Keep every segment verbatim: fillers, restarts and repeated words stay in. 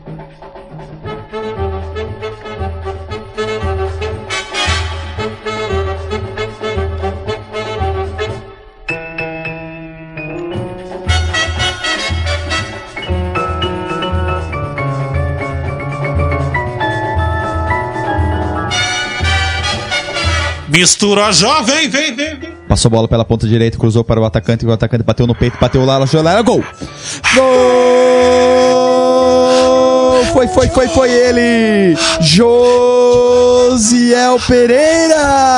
Mistura jovem, vem, vem, vem. Passou a bola pela ponta direita, cruzou para o atacante, e o atacante bateu no peito, bateu lá, lá, lá, gol! Gol! Foi, foi, foi, foi ele! Josiel Pereira!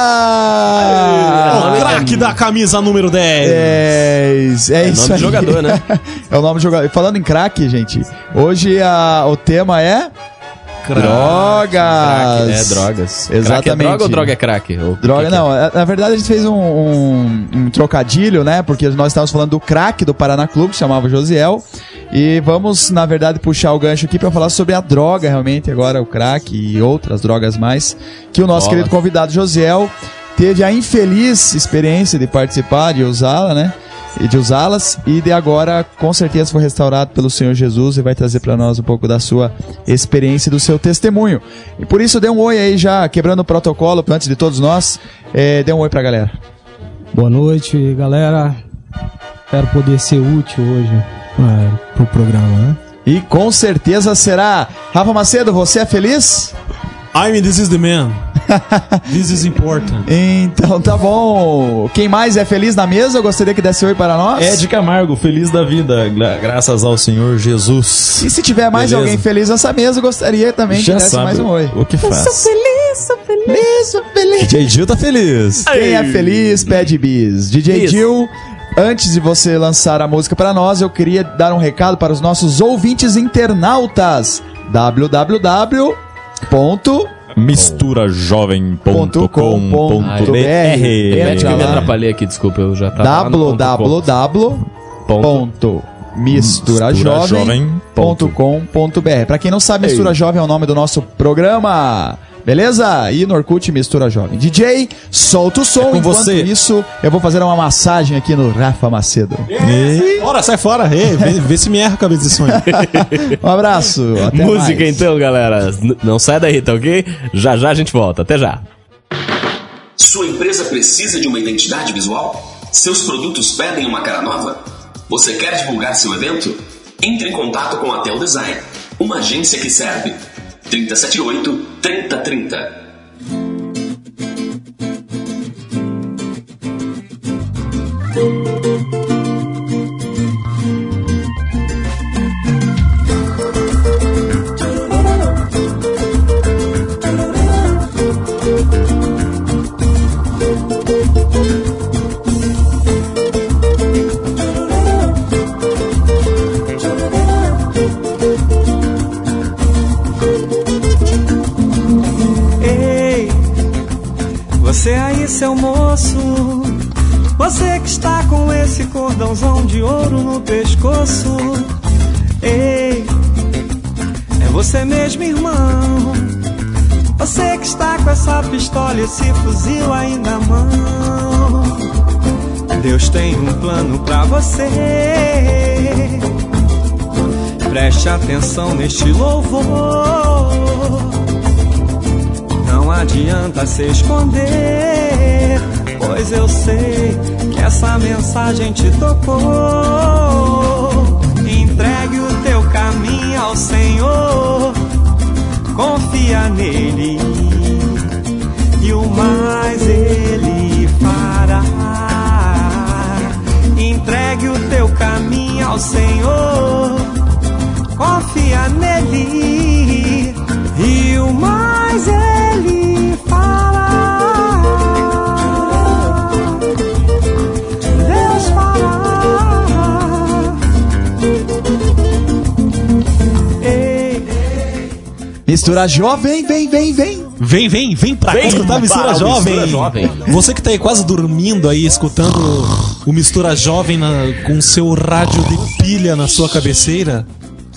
O craque da camisa número dez. dez. É, é isso nome aí. do jogador, né? É o nome do jogador. Falando em craque, gente, hoje a, o tema é... Crack. Drogas. Crack, é, drogas. Exatamente. Crack é droga ou droga é crack? Ou Droga, que que não. é? Na verdade, a gente fez um, um, um trocadilho, né? Porque nós estávamos falando do craque do Paraná Clube, que se chamava Josiel. E vamos, na verdade, puxar o gancho aqui para falar sobre a droga, realmente, agora o crack e outras drogas mais, que o nosso Bola. querido convidado Josiel teve a infeliz experiência de participar, de usá-la, né? E de usá-las, e de agora com certeza foi restaurado pelo Senhor Jesus e vai trazer para nós um pouco da sua experiência e do seu testemunho. E por isso dê um oi aí já, quebrando o protocolo antes de todos nós, é, dê um oi pra galera. Boa noite, galera. Espero poder ser útil hoje é, pro programa, né? E com certeza será. Rafa Macedo, você é feliz? I mean, this is the man. This is important. Então tá bom. Quem mais é feliz na mesa? Eu gostaria que desse oi para nós. Ed Camargo, feliz da vida, gra- graças ao Senhor Jesus. E se tiver mais Beleza. alguém feliz nessa mesa, eu gostaria também Já que desse sabe mais um oi. o que faz. feliz, sou feliz, sou feliz. D J Gil tá feliz. Quem é feliz pede bis. D J Bis. Gil, antes de você lançar a música para nós, eu queria dar um recado para os nossos ouvintes internautas. w w w ponto mistura jovem ponto com ponto b r. Repete que eu me Entra lá. atrapalhei aqui, desculpa, eu já tava lá no w ponto w w ponto mistura jovem ponto com ponto b r. Pra quem não sabe, Mistura Jovem é o nome do nosso programa. Beleza? E no Orkut Mistura Jovem. D J, solta o som. É com Enquanto você. isso, eu vou fazer uma massagem aqui no Rafa Macedo. Bora, sai fora. Ei, vê, vê se me erra a cabeça de sonho. Um abraço. Até Música mais. então, galera. N- Não sai daí, tá ok? Já já a gente volta. Até já. Sua empresa precisa de uma identidade visual? Seus produtos pedem uma cara nova? Você quer divulgar seu evento? Entre em contato com a Tel Design, uma agência que serve. trinta e setenta e oito, trinta trinta. Ei, você aí, seu moço, você que está com esse cordãozão de ouro no pescoço. Ei, é você mesmo, irmão, você que está com essa pistola e esse fuzil aí na mão. Deus tem um plano pra você. Preste atenção neste louvor. Não adianta se esconder, pois eu sei que essa mensagem te tocou. Entregue o teu caminho ao Senhor, confia nele e o mais ele fará. Entregue o teu caminho ao Senhor, confia nele e o mais ele fará. Deus fará. Ei, Mistura Jovem, vem, vem, vem. Vem, vem, vem pra Vem escutar para Mistura o Jovem. Mistura Jovem. Você que tá aí quase dormindo aí, escutando o Mistura Jovem na- com seu rádio de pilha na sua cabeceira.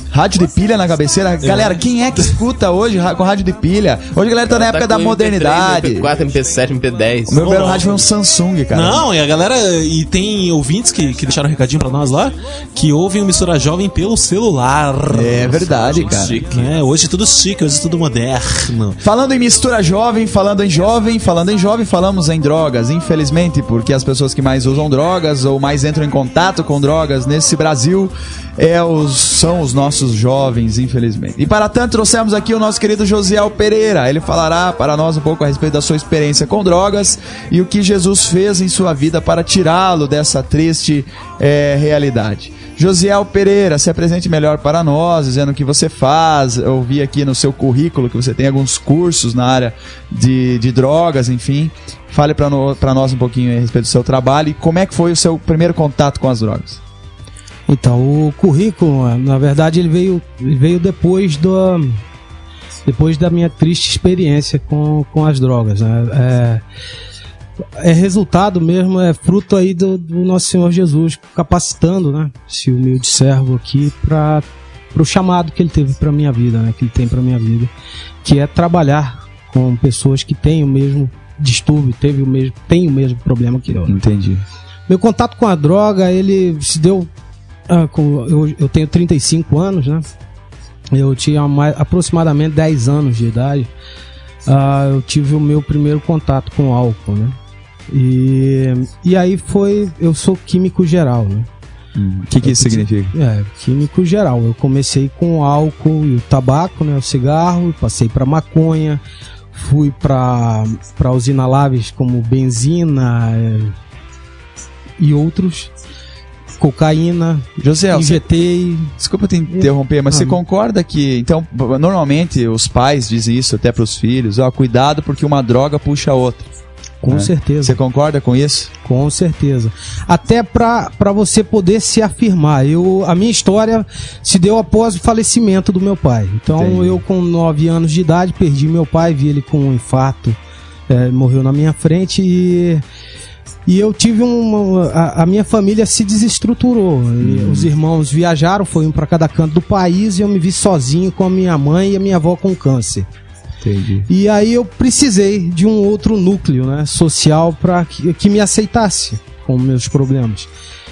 Rádio de pilha na cabeceira. Galera, quem é que escuta hoje com rádio de pilha? Hoje a galera tá na época da modernidade. M P quatro, M P sete, M P dez. O meu primeiro rádio foi um Samsung, cara. Não, e a galera... E tem ouvintes que, que deixaram um recadinho pra nós lá, que ouvem o Mistura Jovem pelo celular. É verdade, cara. Chique. É, hoje tudo chique, hoje tudo moderno. Falando em Mistura Jovem, falando em jovem, falando em jovem, falamos em drogas. Infelizmente, porque as pessoas que mais usam drogas ou mais entram em contato com drogas nesse Brasil é os, são os nossos jovens, infelizmente. E para tanto, trouxemos aqui o nosso querido Josiel Pereira. Ele falará para nós um pouco a respeito da sua experiência com drogas e o que Jesus fez em sua vida para tirá-lo dessa triste é, realidade. Josiel Pereira, se apresente melhor para nós, dizendo o que você faz. Eu vi aqui no seu currículo que você tem alguns cursos na área de, de drogas, enfim. Fale para no, para nós um pouquinho a respeito do seu trabalho e como é que foi o seu primeiro contato com as drogas. Então, o currículo, na verdade, ele veio, ele veio depois, do, depois da minha triste experiência com, com as drogas, né? É, é resultado mesmo, é fruto aí do, do nosso Senhor Jesus capacitando, né, esse humilde servo aqui para o chamado que ele teve para minha vida, né, que ele tem para minha vida, que é trabalhar com pessoas que têm o mesmo distúrbio, teve o mesmo, tem o mesmo problema que eu. Entendi. Meu contato com a droga, ele se deu... Ah, com, eu, eu tenho trinta e cinco anos, né? Eu tinha mais, aproximadamente dez anos de idade. Ah, eu tive o meu primeiro contato com álcool, né? E, e aí foi... Eu sou químico geral, né? O hum, que, que isso significa? É, químico geral. Eu comecei com o álcool e o tabaco, né? O cigarro, passei para maconha, fui para para os inaláveis como benzina é, e outros... Cocaína, José, injetei. Você, desculpa te interromper, mas ah, você concorda que, então, normalmente os pais dizem isso até para os filhos, ó, cuidado porque uma droga puxa a outra. Com né? certeza. Você concorda com isso? Com certeza. Até para você poder se afirmar. Eu, a minha história se deu após o falecimento do meu pai. Então, Entendi. eu com nove anos de idade perdi meu pai, vi ele com um infarto, é, morreu na minha frente e... E eu tive uma... A, a minha família se desestruturou. Hum. Os irmãos viajaram, foi um para cada canto do país e eu me vi sozinho com a minha mãe e a minha avó com câncer. Entendi. E aí eu precisei de um outro núcleo, né, social para que, que me aceitasse com meus problemas.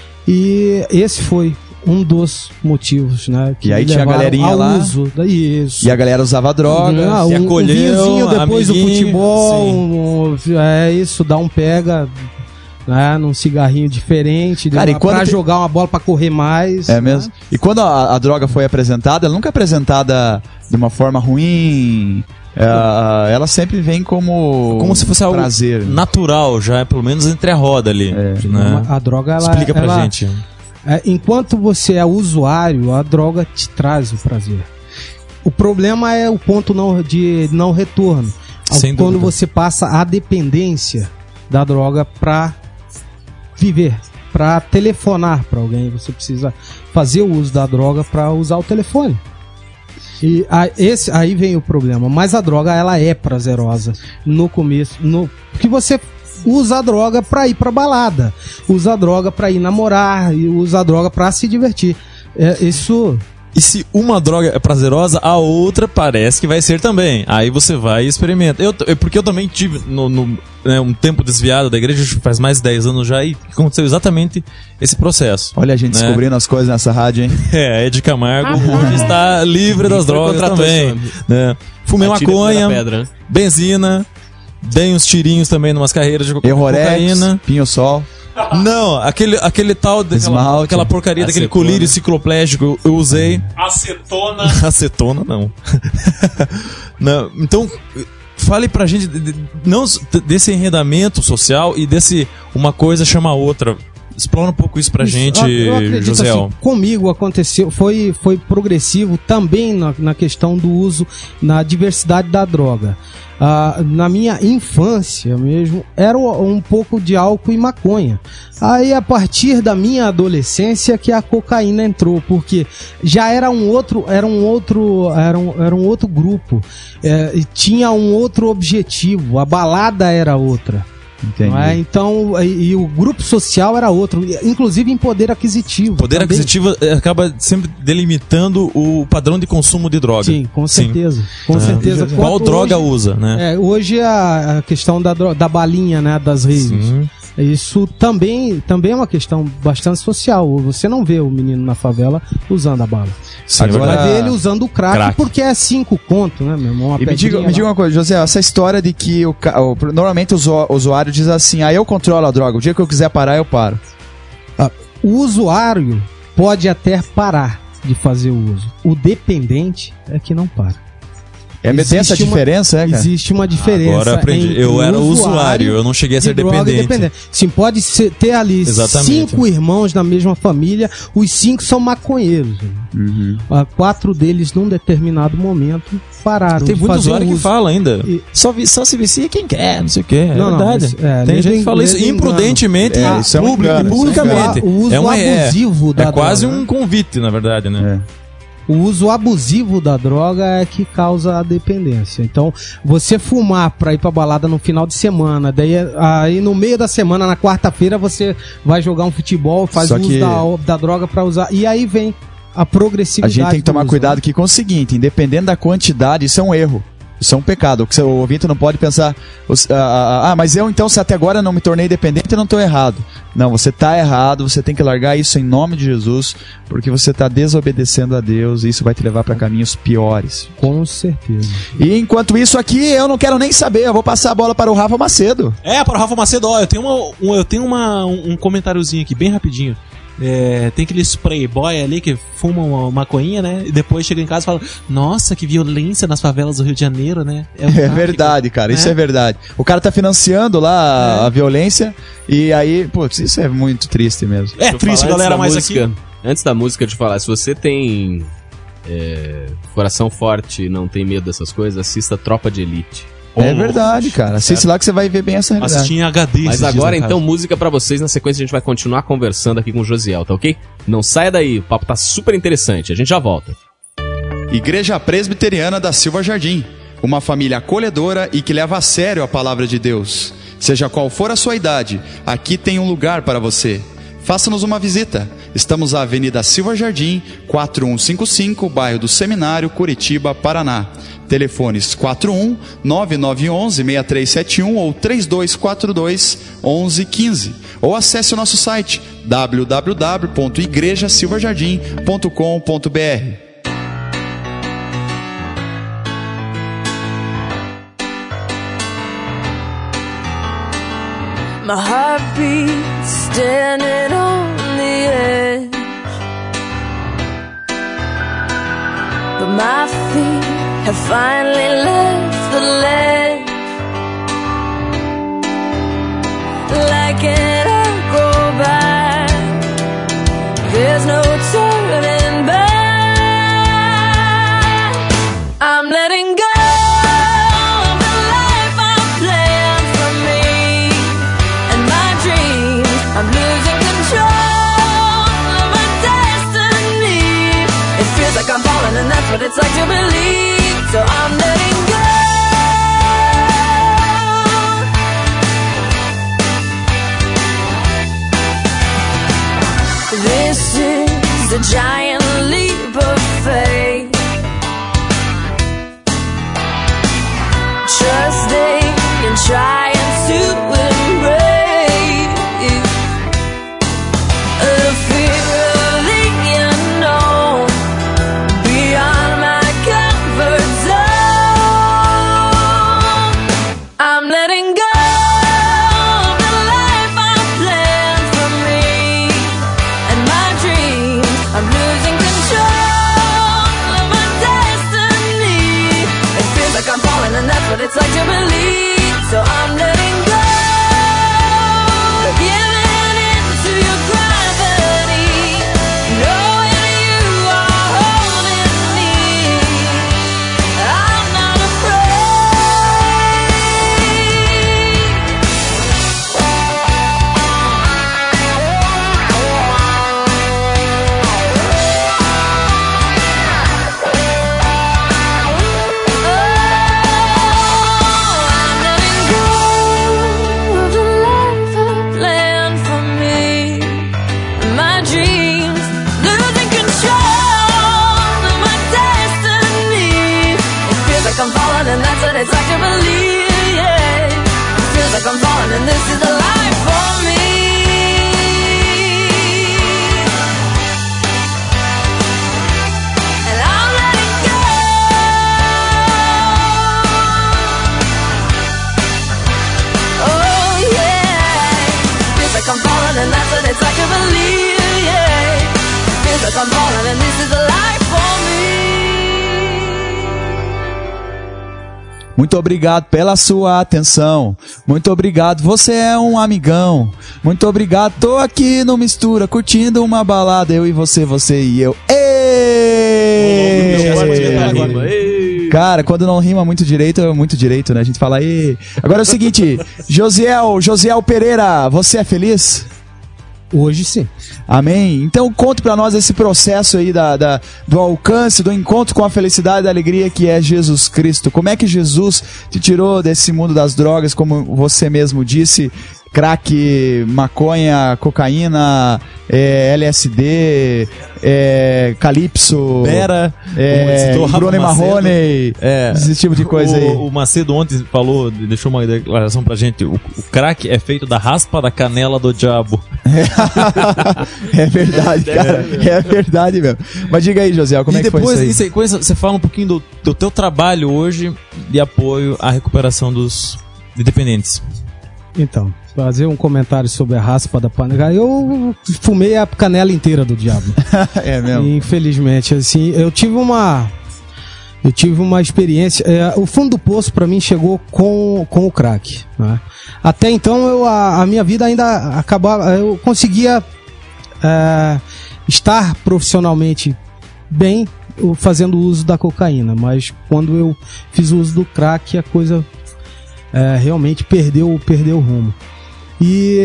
E esse foi um dos motivos, né? Que e aí tinha a galerinha lá. Uso, isso. E a galera usava drogas. Ah, e um, acolheu, um depois do futebol. Um, um, é isso, dá um pega... Né, num cigarrinho diferente, cara, uma, pra te... jogar uma bola pra correr mais. É né? mesmo? E quando a, a droga foi apresentada, ela nunca é apresentada de uma forma ruim. É, ela sempre vem como como se fosse algo prazer, natural, já é pelo menos entre a roda ali. É. Né? A droga, ela, explica pra ela, gente. É, enquanto você é usuário, a droga te traz o prazer. O problema é o ponto não, de não retorno. Sem quando dúvida. você passa a dependência da droga pra viver, para telefonar para alguém, você precisa fazer o uso da droga para usar o telefone. E a, esse, aí vem o problema. Mas a droga, ela é prazerosa no começo, no, porque você usa a droga para ir para balada, usa a droga para ir namorar, e usa a droga para se divertir. É, isso... E se uma droga é prazerosa, a outra parece que vai ser também. Aí você vai e experimenta. Eu, porque eu também tive no, no, né, um tempo desviado da igreja, faz mais de dez anos já, e aconteceu exatamente esse processo. Olha a gente né? descobrindo as coisas nessa rádio, hein? É, Ed Camargo hoje está livre das drogas também. Né? Fumei maconha, benzina, dei uns tirinhos também numas carreiras de cocaína. Pinho-sol. Não, aquele, aquele tal daquela, daquela porcaria, acetona. Daquele colírio cicloplégico eu, eu usei. Acetona. Acetona, não. Não. Então, fale pra gente não, desse enredamento social e desse uma coisa chama a outra. Explora um pouco isso pra isso, gente, eu José. Assim, comigo aconteceu, foi, foi progressivo também na, na questão do uso, na diversidade da droga. Ah, na minha infância mesmo, era um pouco de álcool e maconha. Aí a partir da minha adolescência que a cocaína entrou, porque já era um outro, era um outro, era um, era um outro grupo, é, tinha um outro objetivo, a balada era outra. Entendi. Não é? Então, e, e o grupo social era outro, inclusive em poder aquisitivo. Poder também. aquisitivo eh, acaba sempre delimitando o padrão de consumo de droga. Sim, com certeza. Com Ah. certeza. Qual Quanto droga hoje, usa, né? É, hoje a, a questão da, dro- da balinha, né, das redes. Sim. Isso também, também é uma questão bastante social. Você não vê o menino na favela usando a bala. Sim, Agora- é Vai verdade. ver ele usando o crack, Crack. porque é cinco conto, né, meu irmão? Uma E me diga, pedrinha me diga lá. uma coisa, José, essa história de que o, ca- o- normalmente o usu- o usuário diz assim, ah, eu controlo a droga, o dia que eu quiser parar, eu paro. O usuário pode até parar de fazer o uso. O dependente é que não para. É, tem essa Existe uma- diferença, né, cara? Existe uma diferença. Agora eu aprendi. entre Eu era usuário, eu não cheguei a de ser droga e dependente. dependente. Sim, pode ser- ter ali Exatamente. cinco irmãos na mesma família, os cinco são maconheiros. Uhum. Ah, Quatro deles, num determinado momento, pararam Tem de muito fazer usuário o que uso. fala ainda. E- Só, vi- só se vicia quem quer, não sei o quê. É Não, não, verdade. mas, é, Tem lendo gente que fala em- isso lendo em imprudentemente, engano. É, isso é um público- engano, isso é um publicamente. engano. O uso é um, é- abusivo da é quase droga, um né? convite, na verdade, né? É. O uso abusivo da droga é que causa a dependência. Então, você fumar pra ir pra balada no final de semana, daí aí no meio da semana, na quarta-feira, você vai jogar um futebol, faz Só uso que- da, da droga pra usar. E aí vem a A progressividade. gente tem que do tomar uso, cuidado né? aqui com o seguinte, independente da quantidade, isso é um erro. Isso é um pecado. O ouvinte não pode pensar, os- ah, ah, ah, mas eu então, se até agora não me tornei dependente, eu não estou errado. Não, você está errado, você tem que largar isso em nome de Jesus, porque você está desobedecendo a Deus e isso vai te levar para caminhos piores. Com certeza. E enquanto isso aqui, eu não quero nem saber, eu vou passar a bola para o Rafa Macedo. É, para o Rafa Macedo, ó, eu tenho, uma, um, eu tenho uma, um, um comentáriozinho aqui, bem rapidinho. É, tem aquele spray boy ali que fuma uma maconhinha, né? E depois chega em casa e fala: nossa, que violência nas favelas do Rio de Janeiro, né? um É crack, verdade, cara, isso né? é verdade. O cara tá financiando lá É. a violência e aí, putz, isso é muito triste mesmo. É Deixa eu triste, falar galera, antes da mas música, aqui. Antes da música, de falar, se você tem é, coração forte e não tem medo dessas coisas, assista Tropa de Elite. É verdade, cara. Assiste lá que você vai ver bem essa realidade. Assisti em H D. Mas esses dias, agora, no então, caso. música pra vocês. Na sequência, a gente vai continuar conversando aqui com o Josiel, tá ok? Não saia daí, o papo tá super interessante. A gente já volta. Igreja Presbiteriana da Silva Jardim, uma família acolhedora e que leva a sério a palavra de Deus. Seja qual for a sua idade, aqui tem um lugar para você. Faça-nos uma visita. Estamos na Avenida Silva Jardim, quatro um cinco cinco, bairro do Seminário, Curitiba, Paraná. Telefones quatro um nove nove um um seis três sete um ou três dois quatro dois um um um cinco. Ou acesse o nosso site w w w ponto igreja silva jardim ponto com ponto b r. My heartbeat standing on the edge, but my feet have finally left the ledge. Like an echo back, there's no turning back. I'm letting go of the life I planned for me and my dreams. I'm losing control of my destiny. It feels like I'm falling, and that's what it's like to believe. So I'm letting go. This is a giant leap of faith, trusting and trying to embrace the fear of the unknown, beyond my comfort zone. I'm letting go of the life I planned for me and my dreams. I'm losing I'm falling and this is the life for me. Muito obrigado pela sua atenção. Muito obrigado, você é um amigão. Muito obrigado, tô aqui no Mistura, curtindo uma balada. Eu e você, você e eu. Êêêê! Cara, quando não rima muito direito, é muito direito, né? A gente fala ê. Agora é o seguinte, Josiel, Josiel Pereira, você é feliz? Hoje sim. Amém? Então conte pra nós esse processo aí da, da, do alcance, do encontro com a felicidade e da alegria que é Jesus Cristo. Como é que Jesus te tirou desse mundo das drogas, como você mesmo disse, crack, maconha, cocaína, é, L S D, é, Calypso, Pera, é, Bruno e Marrone, é, esse tipo de coisa o, aí. O Macedo ontem falou, deixou uma declaração pra gente, o, o crack é feito da raspa da canela do diabo. É verdade, cara, é verdade mesmo. Mas diga aí, José, como e é que foi isso aí? E depois você fala um pouquinho do, do teu trabalho hoje de apoio à recuperação dos dependentes. Então, fazer um comentário sobre a raspa da panela. Eu fumei a canela inteira do diabo. É mesmo? Infelizmente, assim, eu tive uma... Eu tive uma experiência... É, o fundo do poço, pra mim, chegou com, com o crack. Né? Até então, eu, a, a minha vida ainda acabava... Eu conseguia é, estar profissionalmente bem fazendo uso da cocaína. Mas quando eu fiz o uso do crack, a coisa... É, realmente perdeu, perdeu o rumo. E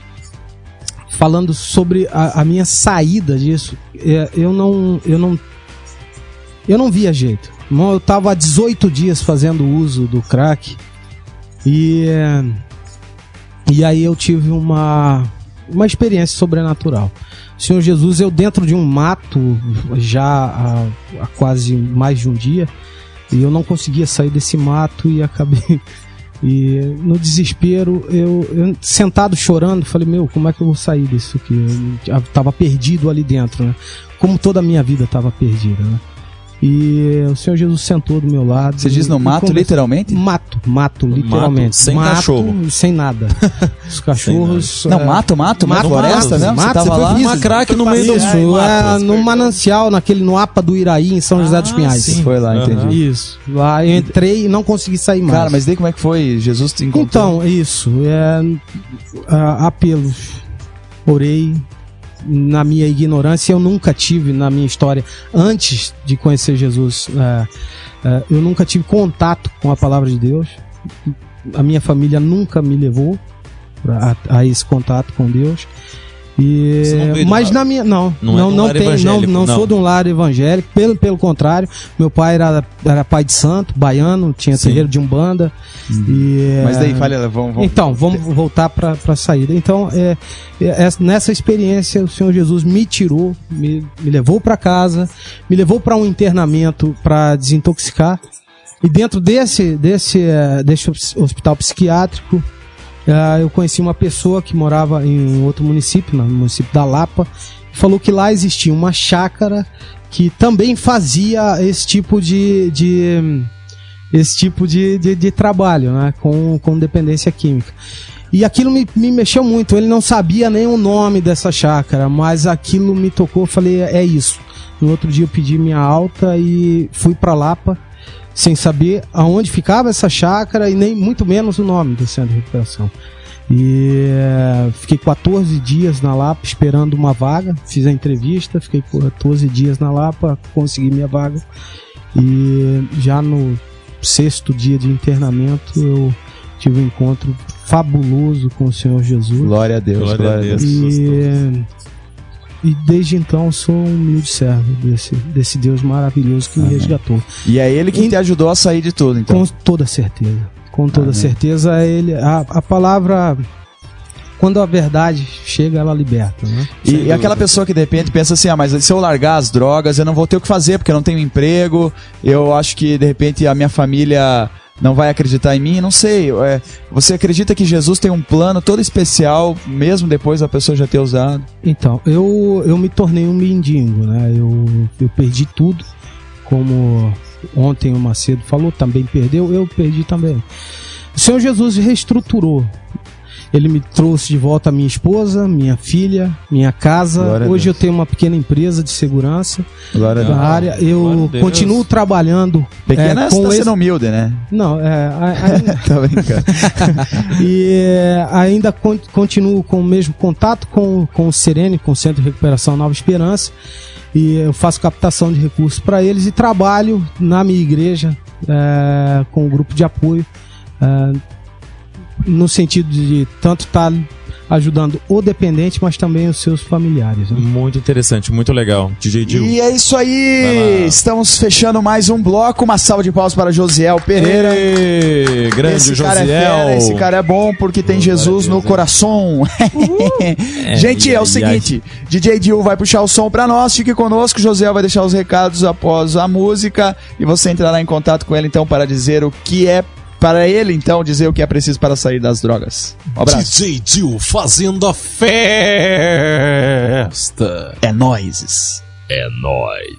falando sobre a, a minha saída disso, é, eu não eu não eu não via jeito. Eu estava há dezoito dias fazendo uso do crack e é, e aí eu tive uma uma experiência sobrenatural. Senhor Jesus, eu dentro de um mato já há, há quase mais de um dia, e eu não conseguia sair desse mato e acabei... E no desespero, eu, eu sentado chorando, falei, meu, como é que eu vou sair disso aqui? Eu tava perdido ali dentro, né? Como toda a minha vida tava perdida, né? E o Senhor Jesus sentou do meu lado. Você diz no mato, literalmente? Mato, mato, literalmente. Mato, sem mato, cachorro. Sem nada. Os cachorros... Não, mato, mato, mato, floresta mesmo? Mato, você tava você lá? foi uma craque no meio do isso, é, no manancial, naquele, no APA do Iraí, em São José dos Pinhais. Você foi lá, entendi. Isso. Lá eu entrei e não consegui sair mais. Cara, mas daí como é que foi? Jesus te encontrou? Então, isso. É, a, apelos. Orei. Na minha ignorância, eu nunca tive na minha história, antes de conhecer Jesus, é, é, eu nunca tive contato com a palavra de Deus. A minha família nunca me levou a, a esse contato com Deus. E, mas na minha não não não, é não tem não, não, não sou de um lar evangélico, pelo pelo contrário, meu pai era, era pai de santo, baiano, tinha Sim. terreiro de umbanda. Uhum. E, mas daí fala, vamos, vamos então vamos voltar para a saída. Então é, é, nessa experiência o Senhor Jesus me tirou, me, me levou para casa, me levou para um internamento para desintoxicar, e dentro desse desse desse hospital psiquiátrico Uh, eu conheci uma pessoa que morava em outro município, no município da Lapa, e falou que lá existia uma chácara que também fazia esse tipo de, de esse tipo de, de, de trabalho, né, com, com dependência química. E aquilo me, me mexeu muito. Ele não sabia nem o nome dessa chácara, mas aquilo me tocou. Eu falei, é isso. No outro dia eu pedi minha alta e fui para Lapa, sem saber aonde ficava essa chácara e nem muito menos o nome do centro de recuperação. E é, fiquei quatorze dias na Lapa esperando uma vaga, fiz a entrevista, fiquei quatorze dias na Lapa, consegui minha vaga, e já no sexto dia de internamento eu tive um encontro fabuloso com o Senhor Jesus. Glória a Deus, glória, glória a Deus. E, e desde então sou um humilde servo desse, desse Deus maravilhoso que Amém. Me resgatou. E é Ele que e, te ajudou a sair de tudo, então? Com toda certeza. Com toda Amém. Certeza, é Ele. A, a palavra, quando a verdade chega, ela liberta. Né? E, e aquela pessoa que de repente pensa assim, ah, mas se eu largar as drogas, eu não vou ter o que fazer, porque eu não tenho emprego, eu acho que de repente a minha família não vai acreditar em mim, não sei. É, você acredita que Jesus tem um plano todo especial, mesmo depois da pessoa já ter usado? Então, eu, eu me tornei um mendigo, né? Eu, eu perdi tudo, como ontem o Macedo falou, também perdeu, eu perdi também. O Senhor Jesus reestruturou. Ele me trouxe de volta a minha esposa, minha filha, minha casa. Glória a Hoje Deus. eu tenho uma pequena empresa de segurança Glória a na Deus. área. Glória Eu a Deus. continuo trabalhando. Pequena é, você com tá esse... sendo humilde, né? Não, é, a- ainda, Tá brincando. e é, ainda con- continuo com o mesmo contato com, com o Serene, com o Centro de Recuperação Nova Esperança. E eu faço captação de recursos para eles e trabalho na minha igreja é, com o grupo de apoio, é, no sentido de tanto estar ajudando o dependente, mas também os seus familiares. Né? Muito interessante, muito legal. D J Dil. E é isso Vai aí! lá. Estamos fechando mais um bloco. Uma salva de palmas para Josiel Pereira. Ê, grande Esse Josiel. cara é fera, esse cara é bom porque tem Oh, Jesus glória a no Deus, hein? coração. Gente, ai, é o ai, seguinte, D J Dil vai puxar o som pra nós, fique conosco, Josiel vai deixar os recados após a música e você entrará em contato com ele então para dizer o que é, para ele então dizer o que é preciso para sair das drogas. Um abraço. D J Dil fazendo a festa. É nóis. É nóis.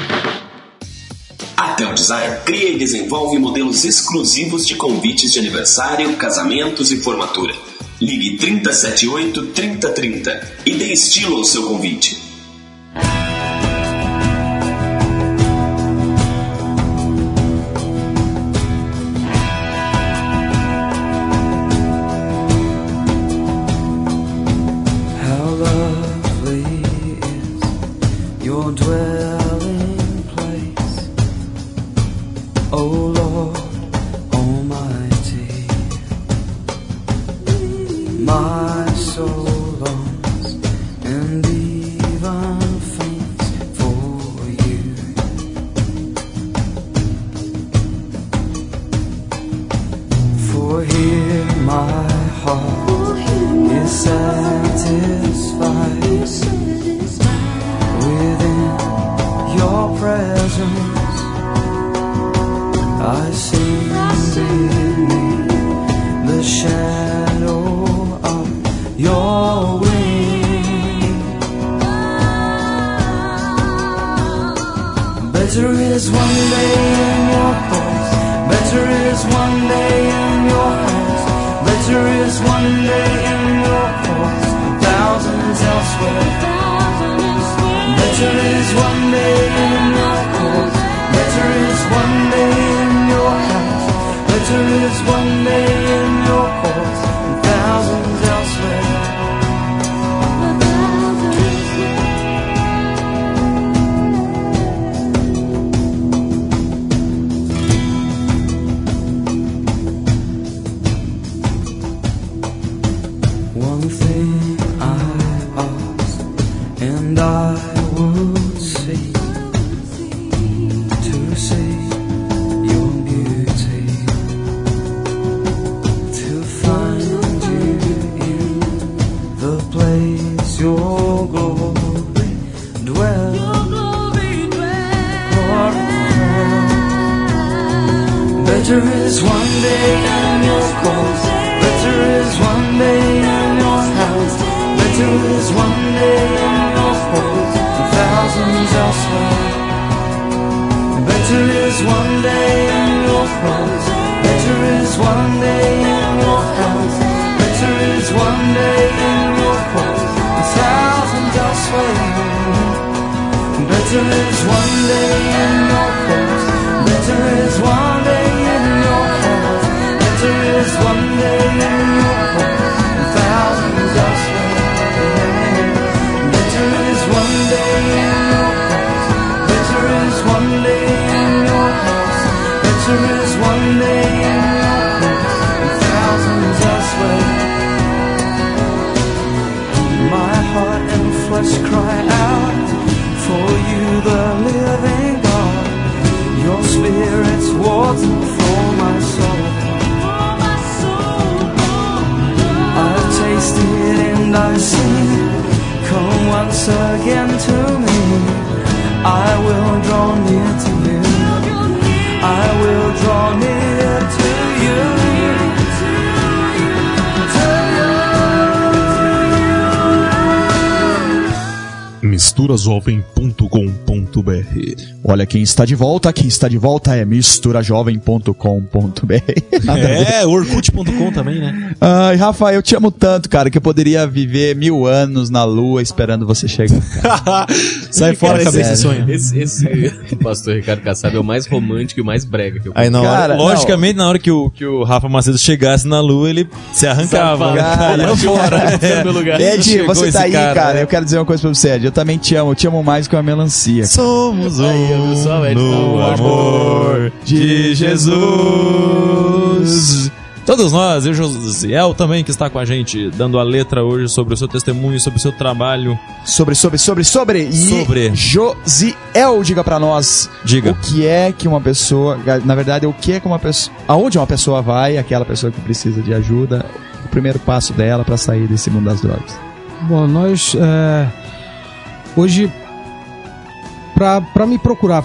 A Tel Design cria e desenvolve modelos exclusivos de convites de aniversário, casamentos e formatura. Ligue trinta setenta e oito, trinta trinta e dê estilo ao seu convite. How lovely is your dwelling place, O Lord Almighty. My soul longs and even faints for you. For here my heart is satisfied within your presence. I see beneath the shadow of your wing. Better is one day in your courts, better is one day in your house, better is one day in your courts, thousands elsewhere. Better is one day in your courts, better is one day in your house, better is one day in your courts, thousands elsewhere. One thing I ask, and I would seek to see your beauty, to find you in the place your glory dwells. Lord, better is one day in your courts, better is one day in your house, better is one day in your courts, and thousands elsewhere. Better is one day in your courts, better is one day in your house, better is one day in your courts, and thousands elsewhere. Better is one day in your courts, better is one day in your house, better is one day in your courts, and thousands elsewhere. Better is one day in your courts, better is one day in your house, better is one day in your courts, and thousands elsewhere. My heart and flesh cry out for you, the living God. Your spirit's water for my soul. I've tasted and I've seen. Come once again to me. I will draw near to you. I will draw near to you. mistura jovem ponto com ponto b r. Olha, quem está de volta, quem está de volta é mistura jovem ponto com ponto b r. É, orkut ponto com também, né? Ai, Rafa, eu te amo tanto, cara, que eu poderia viver mil anos na lua esperando você chegar. Sai fora a cabeça e sonha. Esse, esse pastor Ricardo Kassab é o mais romântico e o mais brega que eu Aí na hora, Cara, logicamente, na hora que o, que o Rafa Macedo chegasse na lua, ele se arrancava. Cara, Ia fora. meu lugar. Ed, Chegou você esse tá aí, cara, cara, né? eu quero dizer uma coisa pra você, Ed, eu também te amo, eu te amo mais que uma melancia. Somos um Aí, eu só o Ed no tá amor de Jesus. Todos nós, eu, Josiel também, que está com a gente, dando a letra hoje sobre o seu testemunho, sobre o seu trabalho. Sobre, sobre, sobre, sobre. E Sobre. Josiel, diga pra nós. Diga. O que é que uma pessoa, na verdade, o que é que uma pessoa, aonde uma pessoa vai, aquela pessoa que precisa de ajuda, o primeiro passo dela pra sair desse mundo das drogas. Bom, nós é, hoje pra, pra me procurar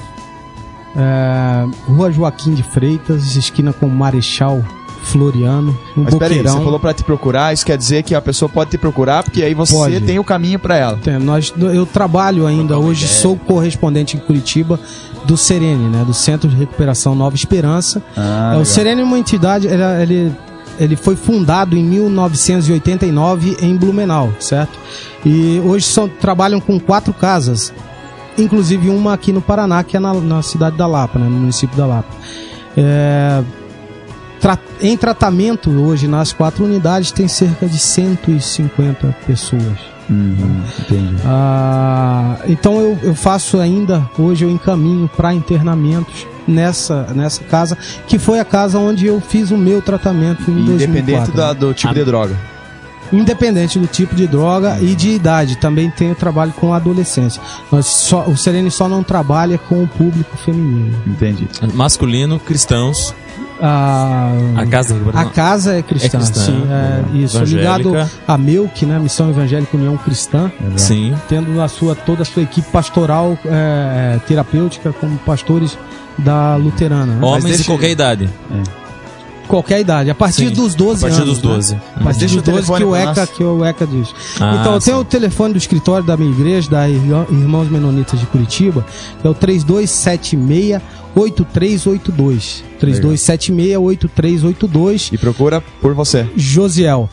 é, Rua Joaquim de Freitas, esquina com Marechal Floriano, no Mas peraí, Boqueirão. você falou pra te procurar, isso quer dizer que a pessoa pode te procurar, porque aí você Pode. tem o caminho pra ela. Tem, nós, eu trabalho ainda hoje, sou correspondente em Curitiba do Serene, né, do Centro de Recuperação Nova Esperança. Ah, É, legal. o Serene é uma entidade, ele, ele, ele foi fundado em mil novecentos e oitenta e nove em Blumenau, certo? E hoje são, trabalham com quatro casas, inclusive uma aqui no Paraná, que é na, na cidade da Lapa, né, no município da Lapa. É, tra, em tratamento hoje nas quatro unidades tem cerca de cento e cinquenta pessoas. Uhum, entendi. Ah, então eu, eu faço ainda, hoje eu encaminho para internamentos nessa, nessa casa, que foi a casa onde eu fiz o meu tratamento em Independente dois mil e quatro, da- né? do tipo de droga. Independente do tipo de droga e de idade, também tenho trabalho com adolescência. Nós só, o Serene só não trabalha com o público feminino. Entendi. Masculino, cristãos. A, A casa da a recuperação. casa é cristã, É cristã, sim, é, boa. isso, Evangélica. ligado à M E U C, né, Missão Evangélica União Cristã, Sim. tendo a sua, toda a sua equipe pastoral é, terapêutica como pastores da luterana, né? Homens deixa de qualquer eu- idade. Qualquer idade, a partir Sim, dos doze a partir anos. dos doze. Né? A partir Deixa dos o doze telefone que o pra ECA, nós. que o ECA diz. Ah, então, sim. tem o telefone do escritório da minha igreja, da Irmã- Irmãos Menonitas de Curitiba, que é o três dois sete seis, oito três oito dois. três dois sete seis, oito três oito dois. E procura por você. Josiel.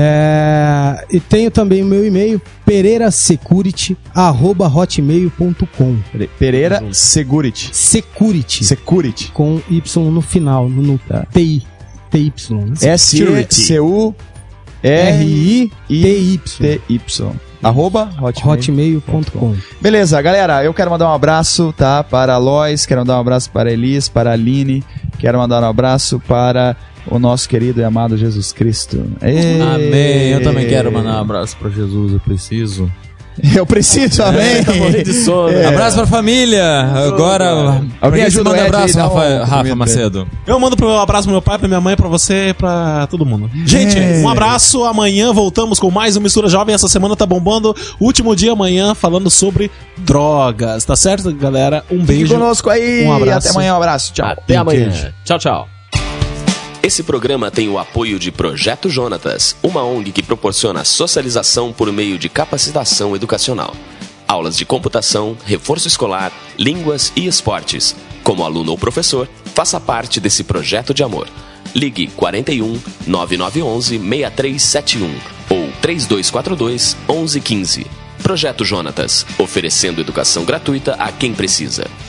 É, e tenho também o meu e-mail, pereirasecurity arroba hotmail ponto com. Pereira Security. Security. Security. Com Y no final, no, no T I. T Y. Né? S E C U R I R I T Y. T Y. Arroba hotmail. hotmail ponto com. Beleza, galera, eu quero mandar um abraço, tá? Para a Lois, quero mandar um abraço para a Elis, para a Aline, quero mandar um abraço para o nosso querido e amado Jesus Cristo. Ê! Amém. Eu também quero mandar um abraço pra Jesus, eu preciso. Eu preciso, amém? Tá morrendo de sono. É. Abraço pra família. Agora, pra quem você ajuda o manda Ed abraço, aí, dá um Rafa, Rafa cumprimento Macedo? Eu mando pro meu abraço pro meu pai, pra minha mãe, pra você, pra todo mundo. Gente, É. um abraço. Amanhã voltamos com mais um Mistura Jovem. Essa semana tá bombando. Último dia amanhã falando sobre drogas. Tá certo, galera? Um Fique beijo. conosco aí. Um abraço. Até amanhã, um abraço. Tchau. Até amanhã. Tchau, tchau. Esse programa tem o apoio de Projeto Jonatas, uma O N G que proporciona socialização por meio de capacitação educacional. Aulas de computação, reforço escolar, línguas e esportes. Como aluno ou professor, faça parte desse projeto de amor. Ligue quarenta e um, nove nove um um, seis três sete um ou três dois quatro dois, onze quinze. Projeto Jonatas, oferecendo educação gratuita a quem precisa.